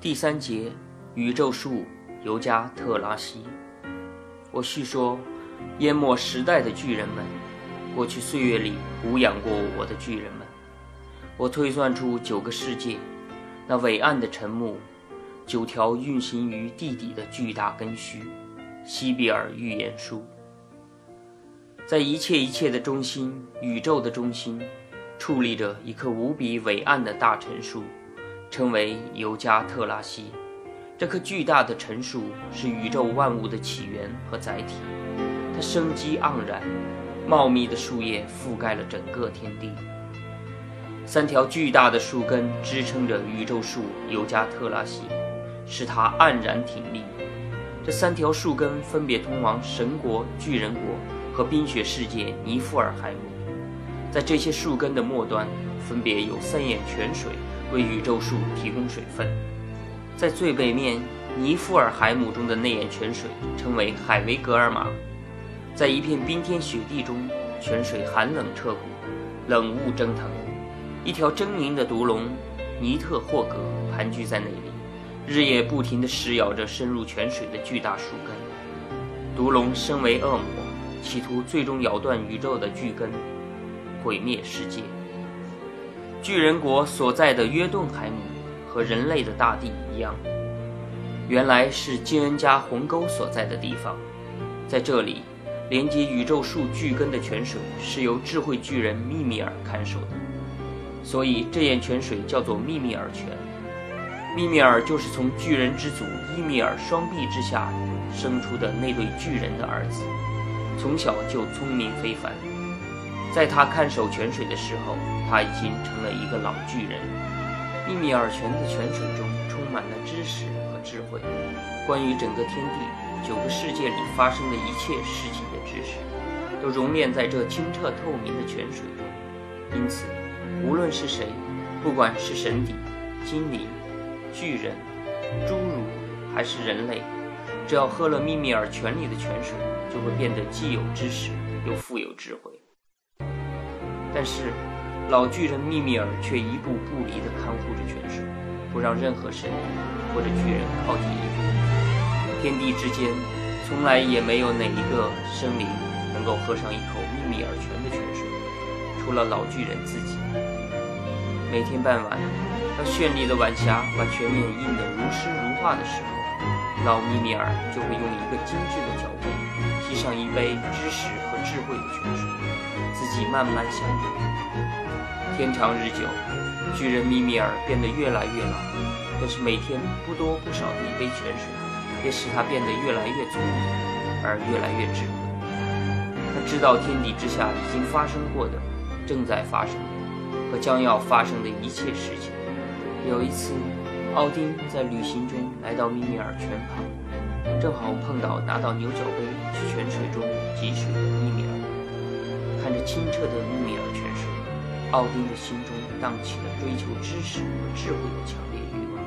第3节，宇宙树尤加特拉西。我叙说淹没时代的巨人们，过去岁月里抚养过我的巨人们。我推算出9个世界，那伟岸的沉木，9条运行于地底的巨大根须，西比尔预言书。在一切的中心，宇宙的中心，矗立着一棵无比伟岸的大陈树，称为尤加特拉西。这棵巨大的陈树是宇宙万物的起源和载体，它生机盎然，茂密的树叶覆盖了整个天地。3条巨大的树根支撑着宇宙树尤加特拉西，使它黯然挺立。这3条树根分别通往神国、巨人国和冰雪世界尼夫尔海姆。在这些树根的末端，分别有3眼泉水为宇宙树提供水分。在最北面尼夫尔海姆中的内眼泉水称为海维格尔玛。在一片冰天雪地中，泉水寒冷彻骨，冷雾蒸腾。一条狰狞的毒龙尼特霍格盘踞在那里，日夜不停地噬咬着深入泉水的巨大树根。毒龙身为恶魔，企图最终咬断宇宙的巨根，毁灭世界。巨人国所在的约顿海姆和人类的大地一样，原来是金恩加鸿沟所在的地方。在这里，连接宇宙树巨根的泉水是由智慧巨人密米尔看守的，所以这眼泉水叫做密米尔泉。密米尔就是从巨人之祖伊米尔双臂之下生出的那对巨人的儿子，从小就聪明非凡。在他看守泉水的时候，他已经成了一个老巨人。密米尔泉的泉水中充满了知识和智慧，关于整个天地9个世界里发生的一切事情的知识，都熔炼在这清澈透明的泉水中。因此，无论是谁，不管是神邸、精灵、巨人、侏儒还是人类，只要喝了密米尔泉里的泉水，就会变得既有知识又富有智慧。但是老巨人密米尔却一步不离地看护着泉水，不让任何神邸或者巨人靠近一步。天地之间从来也没有哪一个生灵能够喝上一口密米尔泉的泉水，除了老巨人自己。每天傍晚，当绚丽的晚霞把泉面映得如诗如画的时候，老密米尔就会用一个精致的脚步沏上一杯知识和智慧的泉水，自己慢慢享用。天长日久，巨人密米尔变得越来越老，但是每天不多不少的一杯泉水也使他变得越来越聪明，而越来越智慧。他知道天地之下已经发生过的、正在发生的和将要发生的一切事情。有一次，奥丁在旅行中来到密米尔泉旁，正好碰到拿到牛角杯去泉水中汲水的密米尔。看着清澈的密米尔泉水，奥丁的心中荡起了追求知识和智慧的强烈欲望。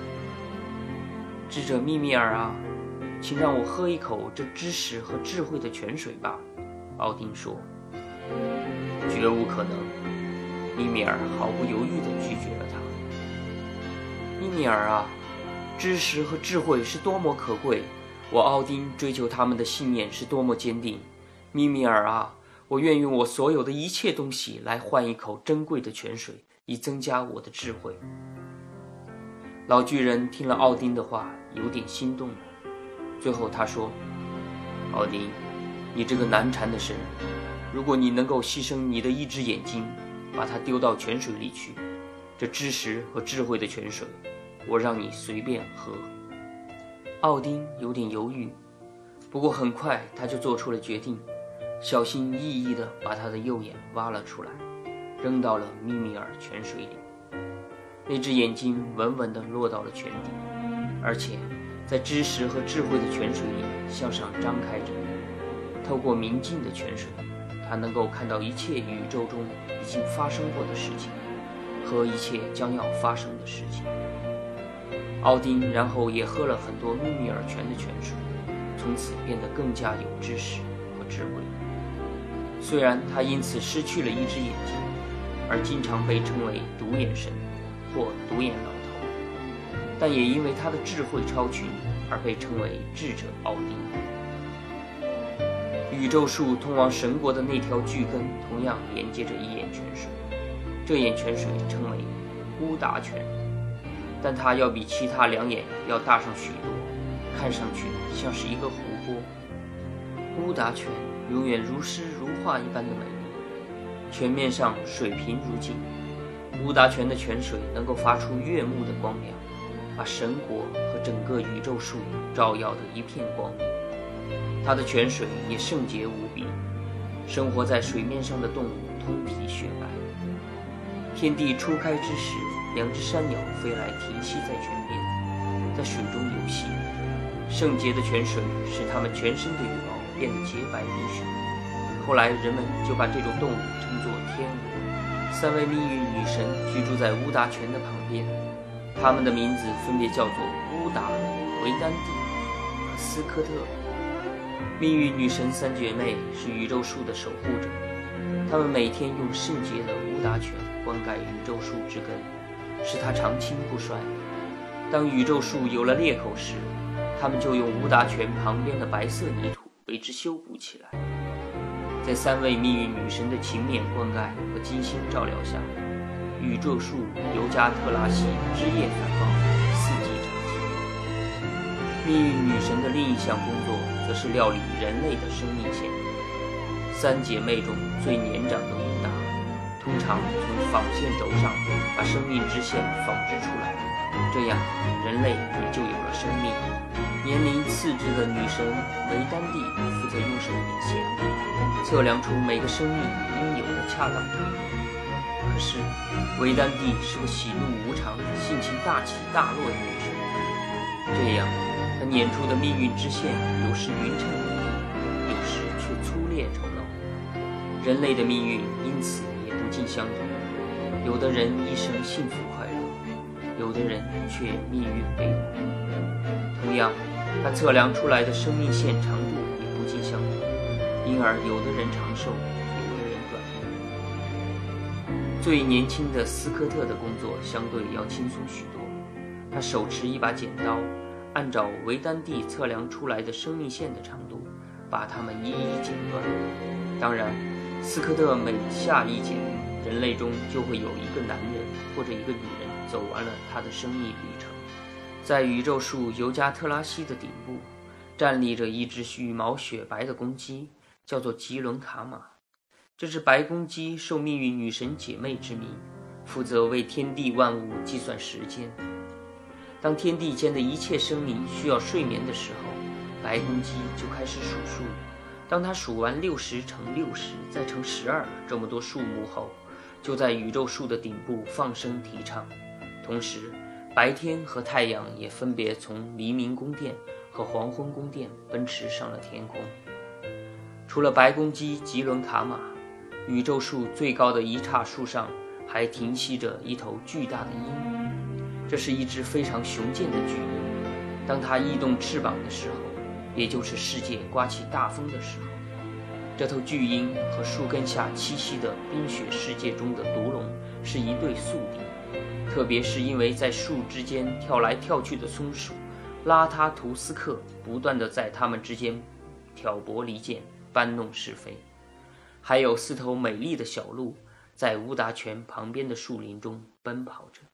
智者密米尔啊，请让我喝一口这知识和智慧的泉水吧。奥丁说。绝无可能，密米尔毫不犹豫地拒绝了他。密米尔啊，知识和智慧是多么可贵，我奥丁追求他们的信念是多么坚定。密米尔啊，我愿用我所有的一切东西来换一口珍贵的泉水，以增加我的智慧。老巨人听了奥丁的话，有点心动了。最后他说，奥丁，你这个难缠的神，如果你能够牺牲你的一只眼睛，把它丢到泉水里去，这知识和智慧的泉水，我让你随便喝。奥丁有点犹豫，不过很快他就做出了决定，小心翼翼地把他的右眼挖了出来，扔到了密米尔泉水里。那只眼睛稳稳地落到了泉底，而且在知识和智慧的泉水里向上张开着。透过明净的泉水，他能够看到一切宇宙中已经发生过的事情和一切将要发生的事情。奥丁然后也喝了很多密米尔泉的泉水，从此变得更加有知识和智慧。虽然他因此失去了一只眼睛，而经常被称为独眼神或独眼老头， 但也因为他的智慧超群而被称为智者奥丁。宇宙树通往神国的那条巨根同样连接着一眼泉水，这眼泉水称为乌达泉，但它要比其他两眼要大上许多，看上去像是一个湖泊。乌达泉永远如诗如画一般的美丽，泉面上水平如镜。乌达泉的泉水能够发出悦目的光亮，把神国和整个宇宙树照耀得一片光明。它的泉水也圣洁无比，生活在水面上的动物通体雪白。天地初开之时，两只山鸟飞来停息在泉边，在水中游戏。圣洁的泉水使它们全身的羽毛变得洁白如雪。后来人们就把这种动物称作天鹅。三位命运女神居住在乌达泉的旁边，她们的名字分别叫做乌达、维丹蒂和斯科特。命运女神三姐妹是宇宙树的守护者，她们每天用圣洁的乌达泉灌溉宇宙树之根，使它长青不衰。当宇宙树有了裂口时，她们就用乌达泉旁边的白色泥土为之修补起来。在三位命运女神的勤勉灌溉和精心照料下，宇宙树尤加特拉西枝叶繁茂，四季长青。命运女神的另一项工作则是料理人类的生命线。三姐妹中最年长的乌达，通常从纺线轴上把生命之线纺织出来，这样人类也就有了生命。年龄次之的女神维丹蒂负责用手点线，测量出每个生命应有的恰当比例。可是维丹蒂是个喜怒无常、性情大起大落的女神，这样她捻出的命运之线有时匀称有力，有时却粗劣丑陋。人类的命运因此也不尽相同，有的人一生幸福快乐，有的人却命运悲苦。同样，他测量出来的生命线长度也不尽相同，因而有的人长寿，有的人短命。最年轻的斯科特的工作相对要轻松许多，他手持一把剪刀，按照维丹蒂测量出来的生命线的长度，把它们一一剪断。当然，斯科特每下一剪，人类中就会有一个男人或者一个女人走完了他的生命旅程。在宇宙树尤加特拉西的顶部，站立着一只羽毛雪白的公鸡，叫做吉伦卡玛。这只白公鸡受命运女神姐妹之名，负责为天地万物计算时间。当天地间的一切生命需要睡眠的时候，白公鸡就开始数数。当它数完60乘60再乘12这么多数目后，就在宇宙树的顶部放声啼唱。同时白天和太阳也分别从黎明宫殿和黄昏宫殿奔驰上了天空。除了白公鸡吉伦卡玛，宇宙树最高的一杈树上还停息着一头巨大的鹰，这是一只非常雄健的巨鹰。当它翼动翅膀的时候，也就是世界刮起大风的时候，这头巨鹰和树根下栖息的冰雪世界中的毒龙是一对宿敌。特别是因为在树之间跳来跳去的松鼠拉塔图斯克不断地在它们之间挑拨离间，搬弄是非。还有4头美丽的小鹿在乌达泉旁边的树林中奔跑着。